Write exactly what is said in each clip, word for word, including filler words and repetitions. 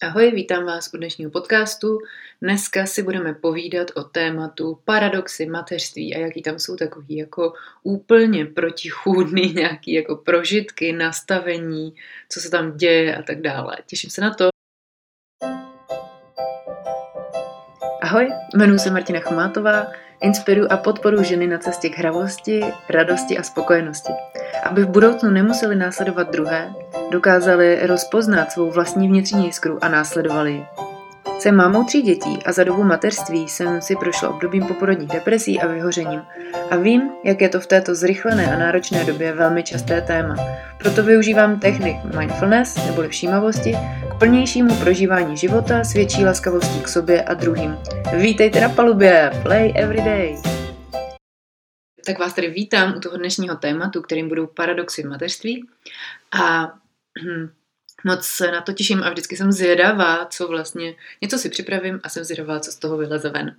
Ahoj, vítám vás u dnešního podcastu. Dneska si budeme povídat o tématu paradoxy mateřství a jaký tam jsou takový jako úplně protichůdný nějaký jako prožitky, nastavení, co se tam děje a tak dále. Těším se na to. Ahoj, jmenuji se Martina Chomátová, inspiruji a podporuji ženy na cestě k hravosti, radosti a spokojenosti. Aby v budoucnu nemuseli následovat druhé, dokázali rozpoznat svou vlastní vnitřní jiskru a následovali ji. Jsem mámou tří dětí a za dobu mateřství jsem si prošla obdobím poporodních depresí a vyhořením. A vím, jak je to v této zrychlené a náročné době velmi časté téma. Proto využívám technik mindfulness neboli všímavosti k plnějšímu prožívání života s větší laskavostí k sobě a druhým. Vítejte na palubě! Play every day! Tak vás tady vítám u toho dnešního tématu, kterým budou paradoxy v mateřství. A hm, moc se na to těším a vždycky jsem zvědavá, co vlastně, něco si připravím a jsem zvědavá, co z toho vyleze ven.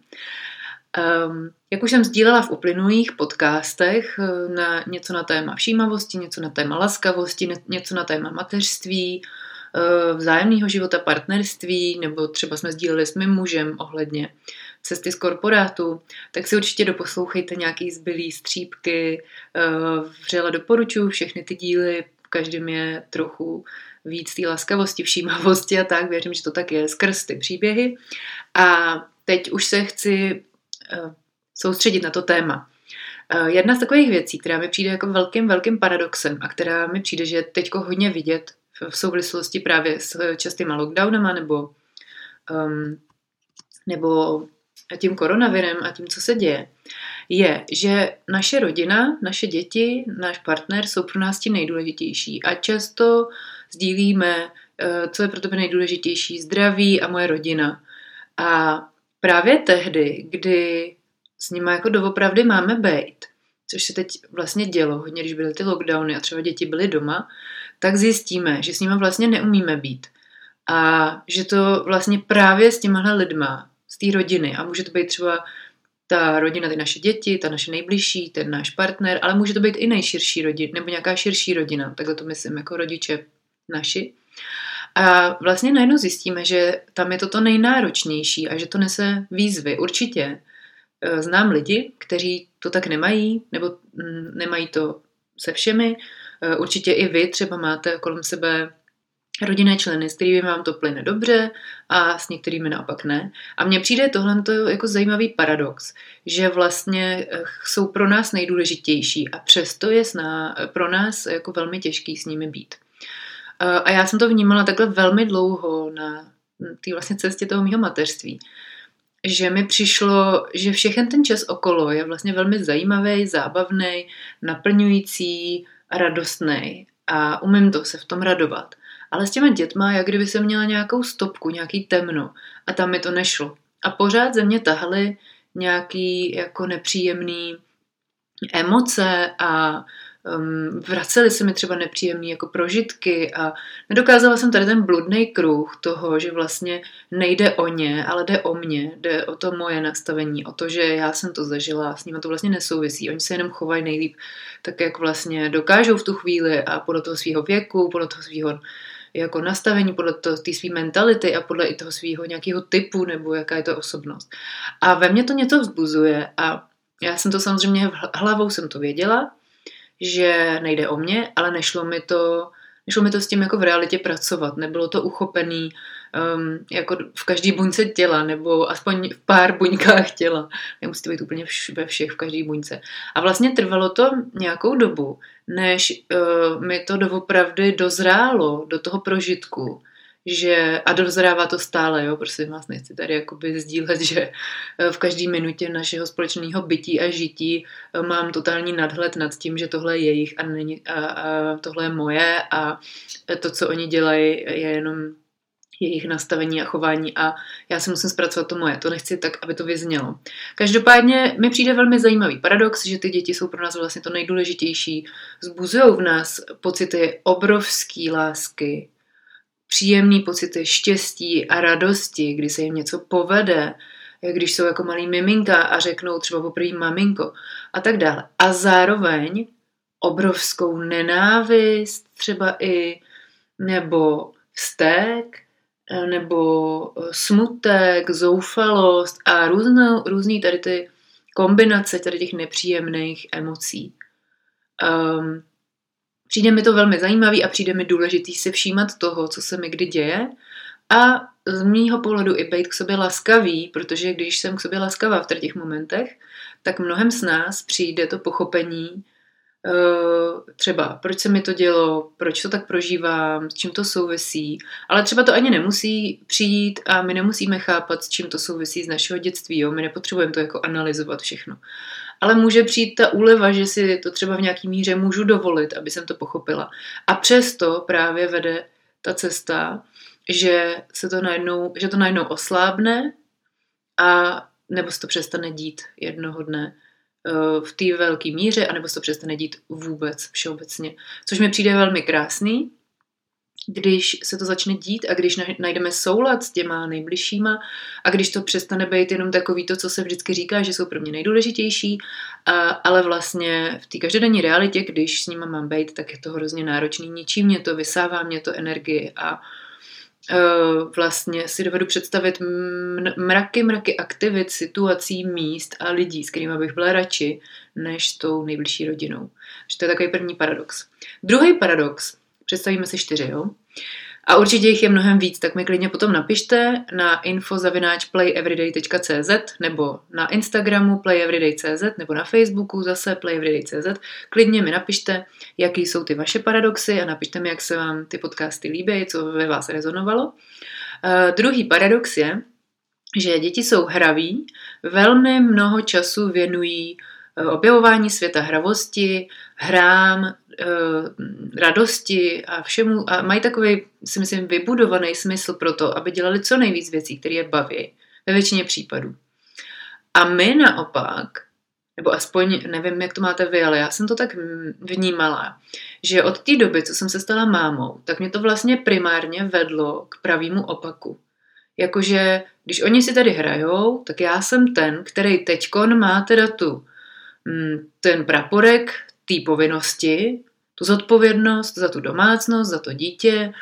Um, jak už jsem sdílela v uplynulých podcastech, na něco na téma všímavosti, něco na téma laskavosti, něco na téma mateřství, vzájemného života, partnerství, nebo třeba jsme sdíleli s mým mužem ohledně cesty z korporátu, tak si určitě doposlouchejte nějaký zbylý střípky. Vřele doporučuji všechny ty díly, v každém je trochu víc té laskavosti, všímavosti a tak, věřím, že to tak je skrz ty příběhy. A teď už se chci soustředit na to téma. Jedna z takových věcí, která mi přijde jako velkým, velkým paradoxem a která mi přijde, že je teďko hodně vidět v souvislosti právě s častýma lockdownama nebo, um, nebo tím koronavirem a tím, co se děje, je, že naše rodina, naše děti, náš partner jsou pro nás ti nejdůležitější a často sdílíme, co je pro tebe nejdůležitější, zdraví a moje rodina. A právě tehdy, kdy s nima jako doopravdy máme bejt, což se teď vlastně dělo hodně, když byly ty lockdowny a třeba děti byly doma, tak zjistíme, že s nimi vlastně neumíme být. A že to vlastně právě s těmahle lidma, z té rodiny, a může to být třeba ta rodina, ty naše děti, ta naše nejbližší, ten náš partner, ale může to být i nejširší rodina, nebo nějaká širší rodina, takhle to myslím, jako rodiče naši. A vlastně najednou zjistíme, že tam je to to nejnáročnější a že to nese výzvy. Určitě znám lidi, kteří to tak nemají, nebo nemají to se všemi. Určitě i vy třeba máte kolem sebe rodinné členy, s kterými vám to plyne dobře a s některými naopak ne. A mně přijde tohle jako zajímavý paradox, že vlastně jsou pro nás nejdůležitější a přesto je sná, pro nás jako velmi těžký s nimi být. A já jsem to vnímala takhle velmi dlouho na té vlastně cestě toho mýho mateřství, že mi přišlo, že všechen ten čas okolo je vlastně velmi zajímavý, zábavný, naplňující a radostný a umím to se v tom radovat. Ale s těma dětma, jak kdyby jsem měla nějakou stopku, nějaký temno a tam mi to nešlo. A pořád ze mě tahaly nějaký jako nepříjemný emoce a um, vracely se mi třeba nepříjemné jako prožitky a nedokázala jsem tady ten bludný kruh toho, že vlastně nejde o ně, ale jde o mě, jde o to moje nastavení, o to, že já jsem to zažila, s nimi to vlastně nesouvisí, oni se jenom chovají nejlíp tak, jak vlastně dokážou v tu chvíli a podle toho svého věku, podle toho svého jako nastavení, podle té své mentality a podle i toho svého nějakého typu nebo jaká je to osobnost. A ve mně to něco vzbuzuje a já jsem to samozřejmě hlavou jsem to věděla, že nejde o mě, ale nešlo mi to, nešlo mi to s tím jako v realitě pracovat. Nebylo to uchopený um, jako v každý buňce těla, nebo aspoň v pár buňkách těla. Nemusí to být úplně vš- ve všech, v každý buňce. A vlastně trvalo to nějakou dobu, než uh, mi to doopravdy dozrálo do toho prožitku, že, a dozrává to stále, jo, prosím vás, nechci tady jakoby sdílet, že v každé minutě našeho společného bytí a žití mám totální nadhled nad tím, že tohle je jejich a, není, a, a tohle je moje a to, co oni dělají, je jenom jejich nastavení a chování a já si musím zpracovat to moje. To nechci tak, aby to vyznělo. Každopádně mi přijde velmi zajímavý paradox, že ty děti jsou pro nás vlastně to nejdůležitější. Zbuzujou v nás pocity obrovský lásky, příjemný pocity štěstí a radosti, kdy se jim něco povede, když jsou jako malý miminka a řeknou třeba poprvé maminko a tak dále. A zároveň obrovskou nenávist třeba i, nebo vztek, nebo smutek, zoufalost a různo, různý tady ty kombinace tady těch nepříjemných emocí. Um, přijde mi to velmi zajímavý a přijde mi důležitý si všímat toho, co se mi kdy děje a z mýho pohledu i být k sobě laskavý, protože když jsem k sobě laskavá v těch momentech, tak mnohem s nás přijde to pochopení, třeba proč se mi to dělo, proč to tak prožívám, s čím to souvisí, ale třeba to ani nemusí přijít a my nemusíme chápat, s čím to souvisí z našeho dětství, jo? My nepotřebujeme to jako analyzovat všechno. Ale může přijít ta úleva, že si to třeba v nějaký míře můžu dovolit, aby jsem to pochopila. A přesto právě vede ta cesta, že se to najednou, že to najednou oslábne a nebo se to přestane dít jednoho dne v té velké míře, anebo se to přestane dít vůbec všeobecně. Což mi přijde velmi krásný, když se to začne dít a když najdeme soulad s těma nejbližšíma a když to přestane být jenom takový to, co se vždycky říká, že jsou pro mě nejdůležitější, a, ale vlastně v té každodenní realitě, když s nima mám být, tak je to hrozně náročný, ničí mě to, vysává mě to energii a vlastně si dovedu představit mraky, mraky aktivit, situací, míst a lidí, s kterými bych byla radši, než s tou nejbližší rodinou. Takže to je takový první paradox. Druhý paradox, představíme si čtyři, jo? A určitě jich je mnohem víc, tak mi klidně potom napište na info zavináč playeveryday tečka cz nebo na Instagramu playeveryday tečka cz nebo na Facebooku zase playeveryday tečka cz. Klidně mi napište, jaký jsou ty vaše paradoxy a napište mi, jak se vám ty podcasty líbí, co ve vás rezonovalo. Uh, druhý paradox je, že děti jsou hraví, velmi mnoho času věnují objevování světa, hravosti, hrám, radosti a všemu a mají takový, si myslím, vybudovaný smysl pro to, aby dělali co nejvíc věcí, které je baví ve většině případů. A my naopak, nebo aspoň nevím, jak to máte vy, ale já jsem to tak vnímala, že od té doby, co jsem se stala mámou, tak mě to vlastně primárně vedlo k pravému opaku. Jakože, když oni si tady hrajou, tak já jsem ten, který teďkon má teda tu ten praporek té povinnosti, tu zodpovědnost za tu domácnost, za to dítě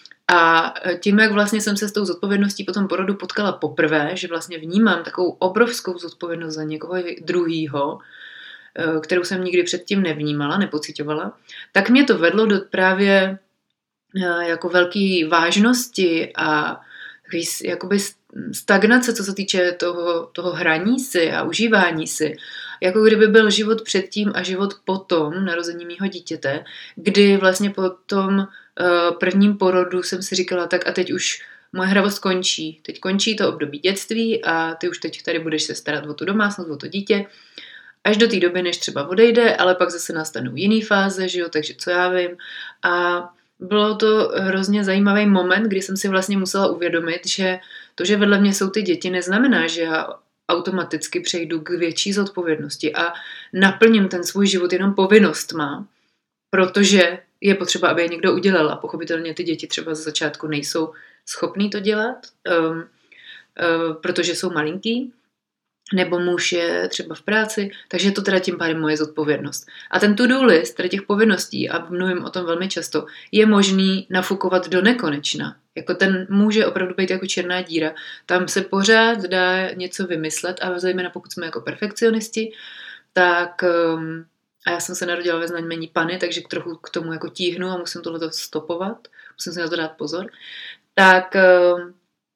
a tím, jak vlastně jsem se s tou zodpovědností po tom porodu potkala poprvé, že vlastně vnímám takovou obrovskou zodpovědnost za někoho druhýho, kterou jsem nikdy předtím nevnímala, nepocitovala, tak mě to vedlo do právě jako velké vážnosti a jakoby stagnace, co se týče toho, toho hraní si a užívání si. Jako kdyby byl život předtím a život potom narození mýho dítěte, kdy vlastně po tom uh, prvním porodu jsem si říkala, tak a teď už moje hravost končí. Teď končí to období dětství a ty už teď tady budeš se starat o tu domácnost, o to dítě. Až do té doby, než třeba odejde, ale pak zase nastanou jiný fáze, že jo, takže co já vím. A bylo to hrozně zajímavý moment, kdy jsem si vlastně musela uvědomit, že to, že vedle mě jsou ty děti, neznamená, že já automaticky přejdu k větší zodpovědnosti a naplním ten svůj život jenom povinnostma, protože je potřeba, aby je někdo udělal a pochopitelně ty děti třeba z začátku nejsou schopný to dělat, um, um, protože jsou malinký, nebo muž je třeba v práci, takže je to teda tím pádem moje zodpovědnost. A ten to-do list, tedy těch povinností, a mluvím o tom velmi často, je možný nafukovat do nekonečna. Jako ten může opravdu být jako černá díra. Tam se pořád dá něco vymyslet a zejména pokud jsme jako perfekcionisti, tak um, a já jsem se narodila ve znamení Panny, takže trochu k tomu jako tíhnu a musím tohleto stopovat, musím si na to dát pozor, tak um,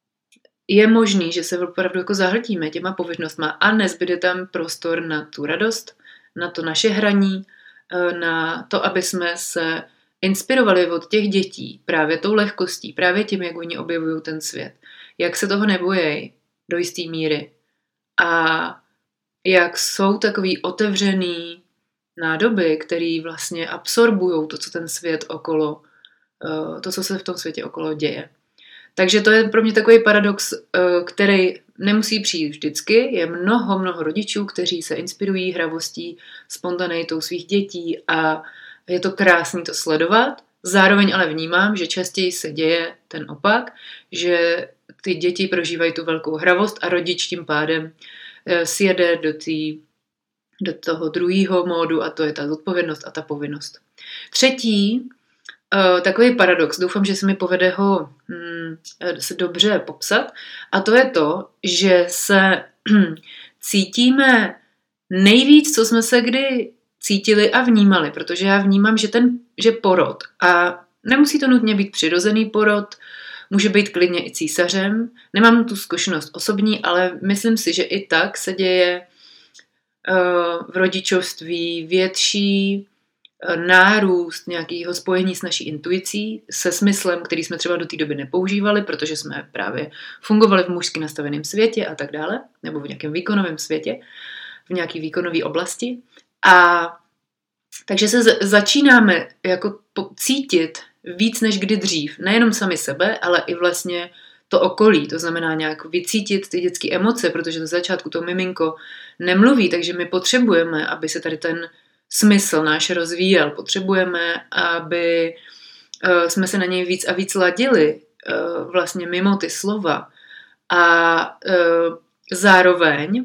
je možný, že se opravdu jako zahltíme těma povinnostma a nezbyde tam prostor na tu radost, na to naše hraní, na to, aby jsme se inspirovali od těch dětí právě tou lehkostí, právě tím, jak oni objevují ten svět, jak se toho nebojejí do jisté míry a jak jsou takový otevřený nádoby, který vlastně absorbují to, co ten svět okolo, to, co se v tom světě okolo děje. Takže to je pro mě takový paradox, který nemusí přijít vždycky. Je mnoho, mnoho rodičů, kteří se inspirují hravostí, spontaneitou svých dětí a je to krásný to sledovat. Zároveň ale vnímám, že častěji se děje ten opak, že ty děti prožívají tu velkou hravost a rodič tím pádem sjede do, tý, do toho druhého módu a to je ta zodpovědnost a ta povinnost. Třetí uh, takový paradox. Doufám, že se mi povede ho hm, se dobře popsat. A to je to, že se cítíme nejvíc, co jsme se kdy cítili a vnímali, protože já vnímám, že ten, že porod, a nemusí to nutně být přirozený porod, může být klidně i císařem. Nemám tu zkušenost osobní, ale myslím si, že i tak se děje uh, v rodičovství větší uh, nárůst nějakého spojení s naší intuicí, se smyslem, který jsme třeba do té doby nepoužívali, protože jsme právě fungovali v mužsky nastaveném světě a tak dále, nebo v nějakém výkonovém světě, v nějaké výkonové oblasti. A takže se z- začínáme jako po- cítit víc než kdy dřív. Nejenom sami sebe, ale i vlastně to okolí. To znamená nějak vycítit ty dětské emoce, protože na začátku to miminko nemluví, takže my potřebujeme, aby se tady ten smysl náš rozvíjel. Potřebujeme, aby uh, jsme se na něj víc a víc ladili uh, vlastně mimo ty slova. A uh, zároveň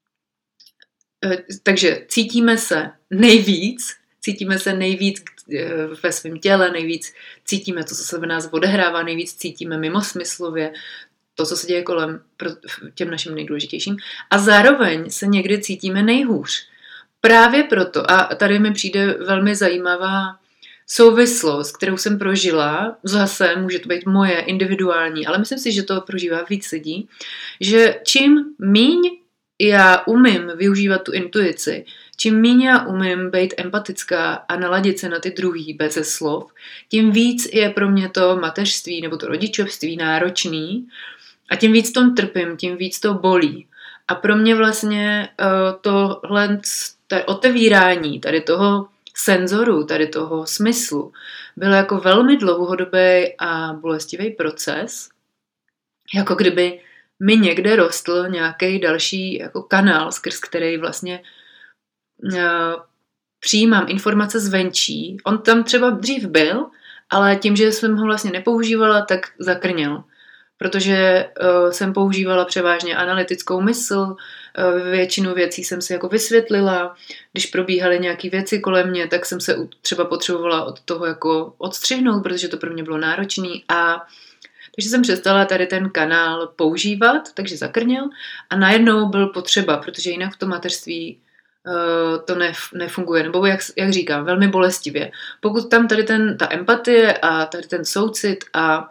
takže cítíme se nejvíc, cítíme se nejvíc ve svém těle, nejvíc cítíme to, co se v nás odehrává, nejvíc cítíme mimo smyslově to, co se děje kolem těm našim nejdůležitějším. A zároveň se někdy cítíme nejhůř. Právě proto, a tady mi přijde velmi zajímavá souvislost, kterou jsem prožila, zase může to být moje individuální, ale myslím si, že to prožívá víc lidí, že čím míň já umím využívat tu intuici, čím míň já umím být empatická a naladit se na ty druhý beze slov, tím víc je pro mě to mateřství nebo to rodičovství náročný a tím víc tom trpím, tím víc to bolí. A pro mě vlastně uh, tohle otevírání tady toho senzoru, tady toho smyslu byl jako velmi dlouhodobý a bolestivý proces, jako kdyby mi někde rostl nějaký další jako kanál, skrz který vlastně uh, přijímám informace zvenčí. On tam třeba dřív byl, ale tím, že jsem ho vlastně nepoužívala, tak zakrněl. Protože uh, jsem používala převážně analytickou mysl, uh, většinu věcí jsem si jako vysvětlila, když probíhaly nějaké věci kolem mě, tak jsem se třeba potřebovala od toho jako odstřihnout, protože to pro mě bylo náročný a takže jsem přestala tady ten kanál používat, takže zakrněl a najednou byl potřeba, protože jinak v tom mateřství uh, to nef- nefunguje, nebo jak, jak říkám, velmi bolestivě. Pokud tam tady ten, ta empatie a tady ten soucit a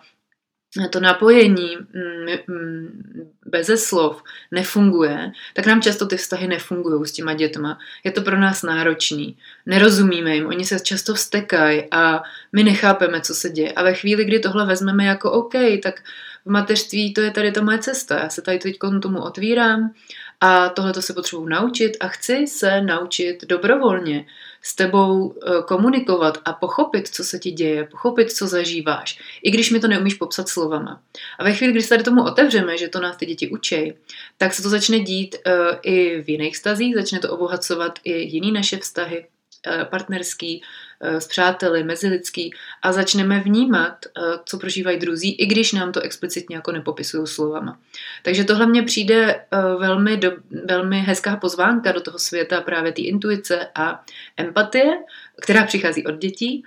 to napojení mm, mm, beze slov nefunguje, tak nám často ty vztahy nefungují s těma dětma. Je to pro nás náročný. Nerozumíme jim, oni se často vztekají a my nechápeme, co se děje. A ve chvíli, kdy tohle vezmeme jako OK, tak v mateřství to je tady ta moje cesta. Já se tady teď tomu otvírám a tohle to se potřebuji naučit a chci se naučit dobrovolně s tebou komunikovat a pochopit, co se ti děje, pochopit, co zažíváš, i když mi to neumíš popsat slovama. A ve chvíli, kdy se tady tomu otevřeme, že to nás ty děti učí, tak se to začne dít uh, i v jiných vztazích, začne to obohacovat i jiný naše vztahy, uh, partnerský, uh, s přáteli, mezilidský a začneme vnímat, uh, co prožívají druzí, i když nám to explicitně jako nepopisují slovama. Takže tohle mně přijde uh, velmi, do, velmi hezká pozvánka do toho světa právě té intuice a empatie, která přichází od dětí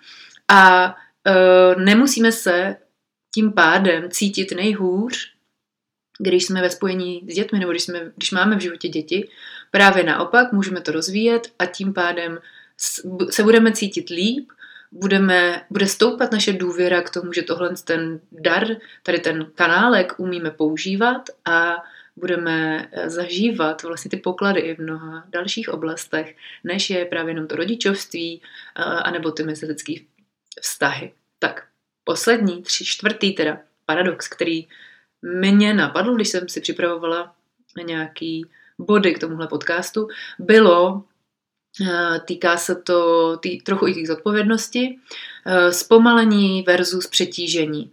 a uh, nemusíme se tím pádem cítit nejhůř, když jsme ve spojení s dětmi nebo když, jsme, když máme v životě děti. Právě naopak můžeme to rozvíjet a tím pádem se budeme cítit líp, budeme, bude stoupat naše důvěra k tomu, že tohle ten dar, tady ten kanálek umíme používat a budeme zažívat vlastně ty poklady i v mnoha dalších oblastech, než je právě jenom to rodičovství anebo ty mezilidské vztahy. Tak, poslední, tři, čtvrtý teda paradox, který mě napadl, když jsem si připravovala nějaký body k tomuhle podcastu, bylo, týká se to tý, trochu i těch zodpovědnosti, zpomalení versus přetížení.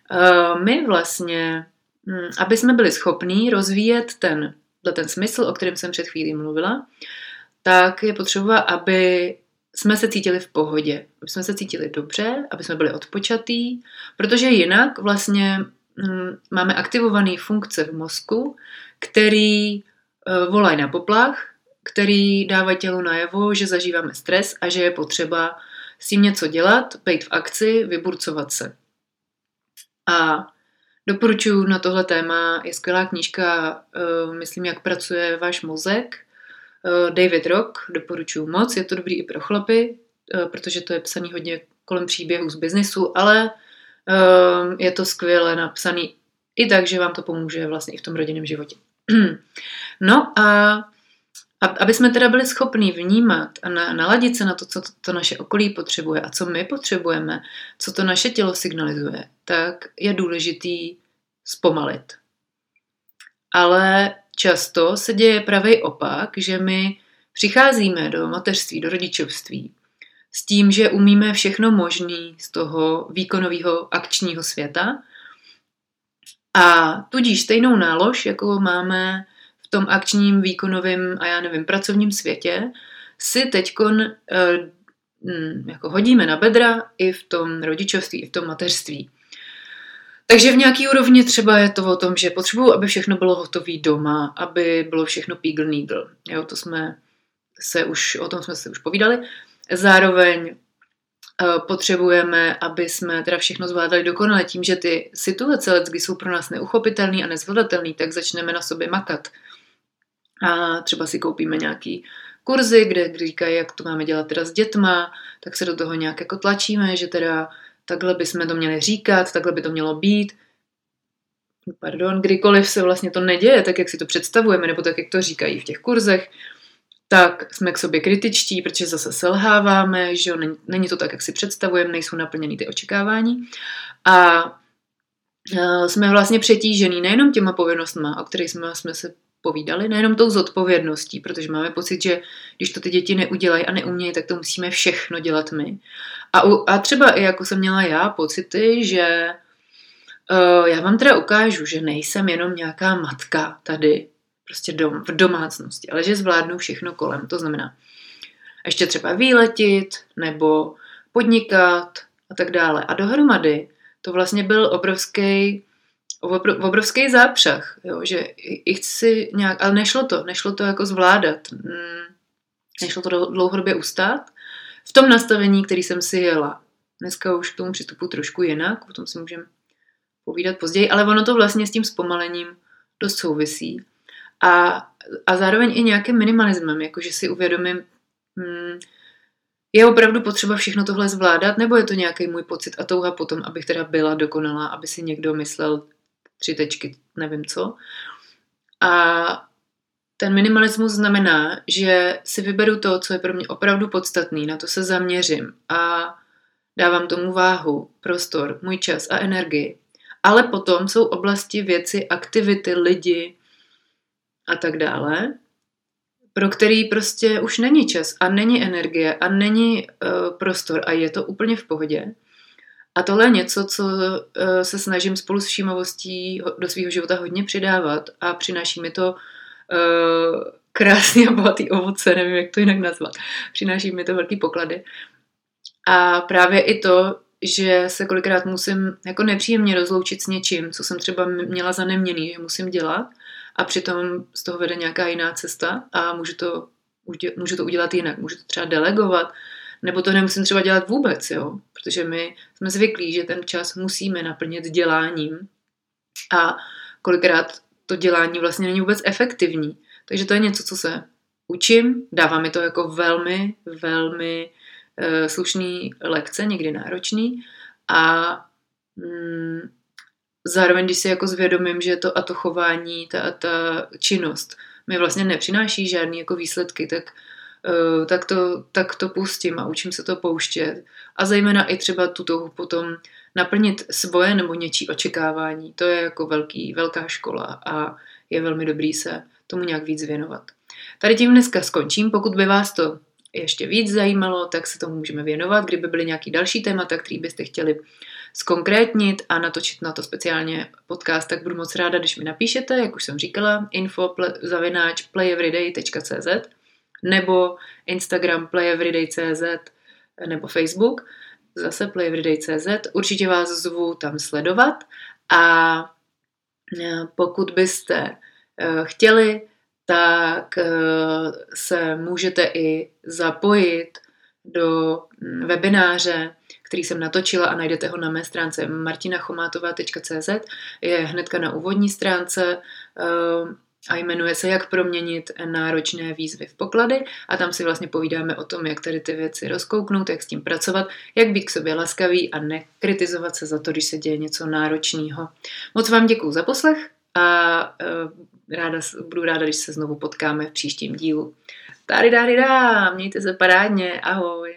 My vlastně, aby jsme byli schopní rozvíjet ten, ten smysl, o kterém jsem před chvílí mluvila, tak je potřeba, aby jsme se cítili v pohodě, aby jsme se cítili dobře, aby jsme byli odpočatý, protože jinak vlastně hm, máme aktivované funkce v mozku, který uh, volají na poplach, který dávají tělu najevo, že zažíváme stres a že je potřeba s tím něco dělat, být v akci, vyburcovat se. A doporučuji na tohle téma, je skvělá knížka, uh, myslím, jak pracuje váš mozek, uh, David Rock, doporučuji moc, je to dobrý i pro chlapy, uh, protože to je psaný hodně kolem příběhů z biznisu, ale uh, je to skvěle napsaný i tak, že vám to pomůže vlastně i v tom rodinném životě. No a aby jsme teda byli schopní vnímat a na, naladit se na to, co to, to naše okolí potřebuje a co my potřebujeme, co to naše tělo signalizuje, tak je důležitý zpomalit. Ale často se děje pravý opak, že my přicházíme do mateřství, do rodičovství s tím, že umíme všechno možné z toho výkonového akčního světa a tudíž stejnou nálož, jako máme v tom akčním, výkonovém a já nevím, pracovním světě, si teďkon eh, jako hodíme na bedra i v tom rodičovství, i v tom mateřství. Takže v nějaký úrovni třeba je to o tom, že potřebuju, aby všechno bylo hotové doma, aby bylo všechno pígl-nígl. Jo, to jsme se už, o tom jsme se už povídali. Zároveň potřebujeme, aby jsme teda všechno zvládali dokonale tím, že ty situace lecky jsou pro nás neuchopitelné a nezvladatelné, tak začneme na sobě makat. A třeba si koupíme nějaký kurzy, kde říkají, jak to máme dělat teda s dětma, tak se do toho nějak jako tlačíme, že teda takhle bychom to měli říkat, takhle by to mělo být. Pardon, kdykoliv se vlastně to neděje, tak jak si to představujeme, nebo tak, jak to říkají v těch kurzech, tak jsme k sobě kritičtí, protože zase selháváme, že jo, není, není to tak, jak si představujeme, nejsou naplněny ty očekávání. A jsme vlastně přetížený nejenom těma povinnostma, o kterých jsme, jsme se povídali, nejenom tou zodpovědností, protože máme pocit, že když to ty děti neudělají a neumějí, tak to musíme všechno dělat my. A, u, a třeba i jako jsem měla já pocity, že uh, já vám teda ukážu, že nejsem jenom nějaká matka tady, prostě dom, v domácnosti, ale že zvládnu všechno kolem. To znamená ještě třeba výletit nebo podnikat a tak dále. A dohromady to vlastně byl obrovský obrovský zápřah, jo, že i chci nějak, ale nešlo to, nešlo to jako zvládat. Nešlo to dlouhodobě ustát. V tom nastavení, který jsem si jela. Dneska už k tomu přistupuji trošku jinak, o tom si můžeme povídat později, ale ono to vlastně s tím zpomalením dost souvisí. A, a zároveň i nějakým minimalismem, jakože si uvědomím, hmm, je opravdu potřeba všechno tohle zvládat, nebo je to nějaký můj pocit a touha potom, abych teda byla dokonalá, aby si někdo myslel tři tečky, nevím co. A ten minimalismus znamená, že si vyberu to, co je pro mě opravdu podstatný, na to se zaměřím a dávám tomu váhu, prostor, můj čas a energii. Ale potom jsou oblasti, věci, aktivity, lidi a tak dále, pro který prostě už není čas a není energie a není uh, prostor a je to úplně v pohodě. A tohle je něco, co uh, se snažím spolu s všímavostí do svého života hodně přidávat a přináší mi to uh, krásný a bohatý ovoce, nevím, jak to jinak nazvat. Přináší mi to velký poklady. A právě i to, že se kolikrát musím jako nepříjemně rozloučit s něčím, co jsem třeba měla za neměný, že musím dělat, a přitom z toho vede nějaká jiná cesta a můžu to, můžu to udělat jinak. Můžu to třeba delegovat, nebo to nemusím třeba dělat vůbec, jo? Protože my jsme zvyklí, že ten čas musíme naplnit děláním a kolikrát to dělání vlastně není vůbec efektivní. Takže to je něco, co se učím, dává mi to jako velmi, velmi uh, slušný lekce, někdy náročný a mm, zároveň, když si jako zvědomím, že to a to chování, ta, ta činnost mi vlastně nepřináší žádný jako výsledky, tak, uh, tak, to, tak to pustím a učím se to pouštět. A zejména i třeba tu touhu potom naplnit svoje nebo něčí očekávání. To je jako velký, velká škola a je velmi dobrý se tomu nějak víc věnovat. Tady tím dneska skončím. Pokud by vás to ještě víc zajímalo, tak se tomu můžeme věnovat. Kdyby byly nějaký další témata, který byste chtěli zkonkrétnit a natočit na to speciálně podcast, tak budu moc ráda, když mi napíšete, jak už jsem říkala, info zavináč playeveryday tečka cz nebo Instagram playeveryday tečka cz nebo Facebook, zase playeveryday tečka cz. Určitě vás zvu tam sledovat a pokud byste chtěli, tak se můžete i zapojit do webináře, který jsem natočila a najdete ho na mé stránce martina chomátová tečka cé zet. Je hnedka na úvodní stránce a jmenuje se Jak proměnit náročné výzvy v poklady a tam si vlastně povídáme o tom, jak tady ty věci rozkouknout, jak s tím pracovat, jak být k sobě laskavý a nekritizovat se za to, když se děje něco náročného. Moc vám děkuju za poslech a ráda, budu ráda, když se znovu potkáme v příštím dílu. Tady, tady, dá, mějte se parádně, ahoj.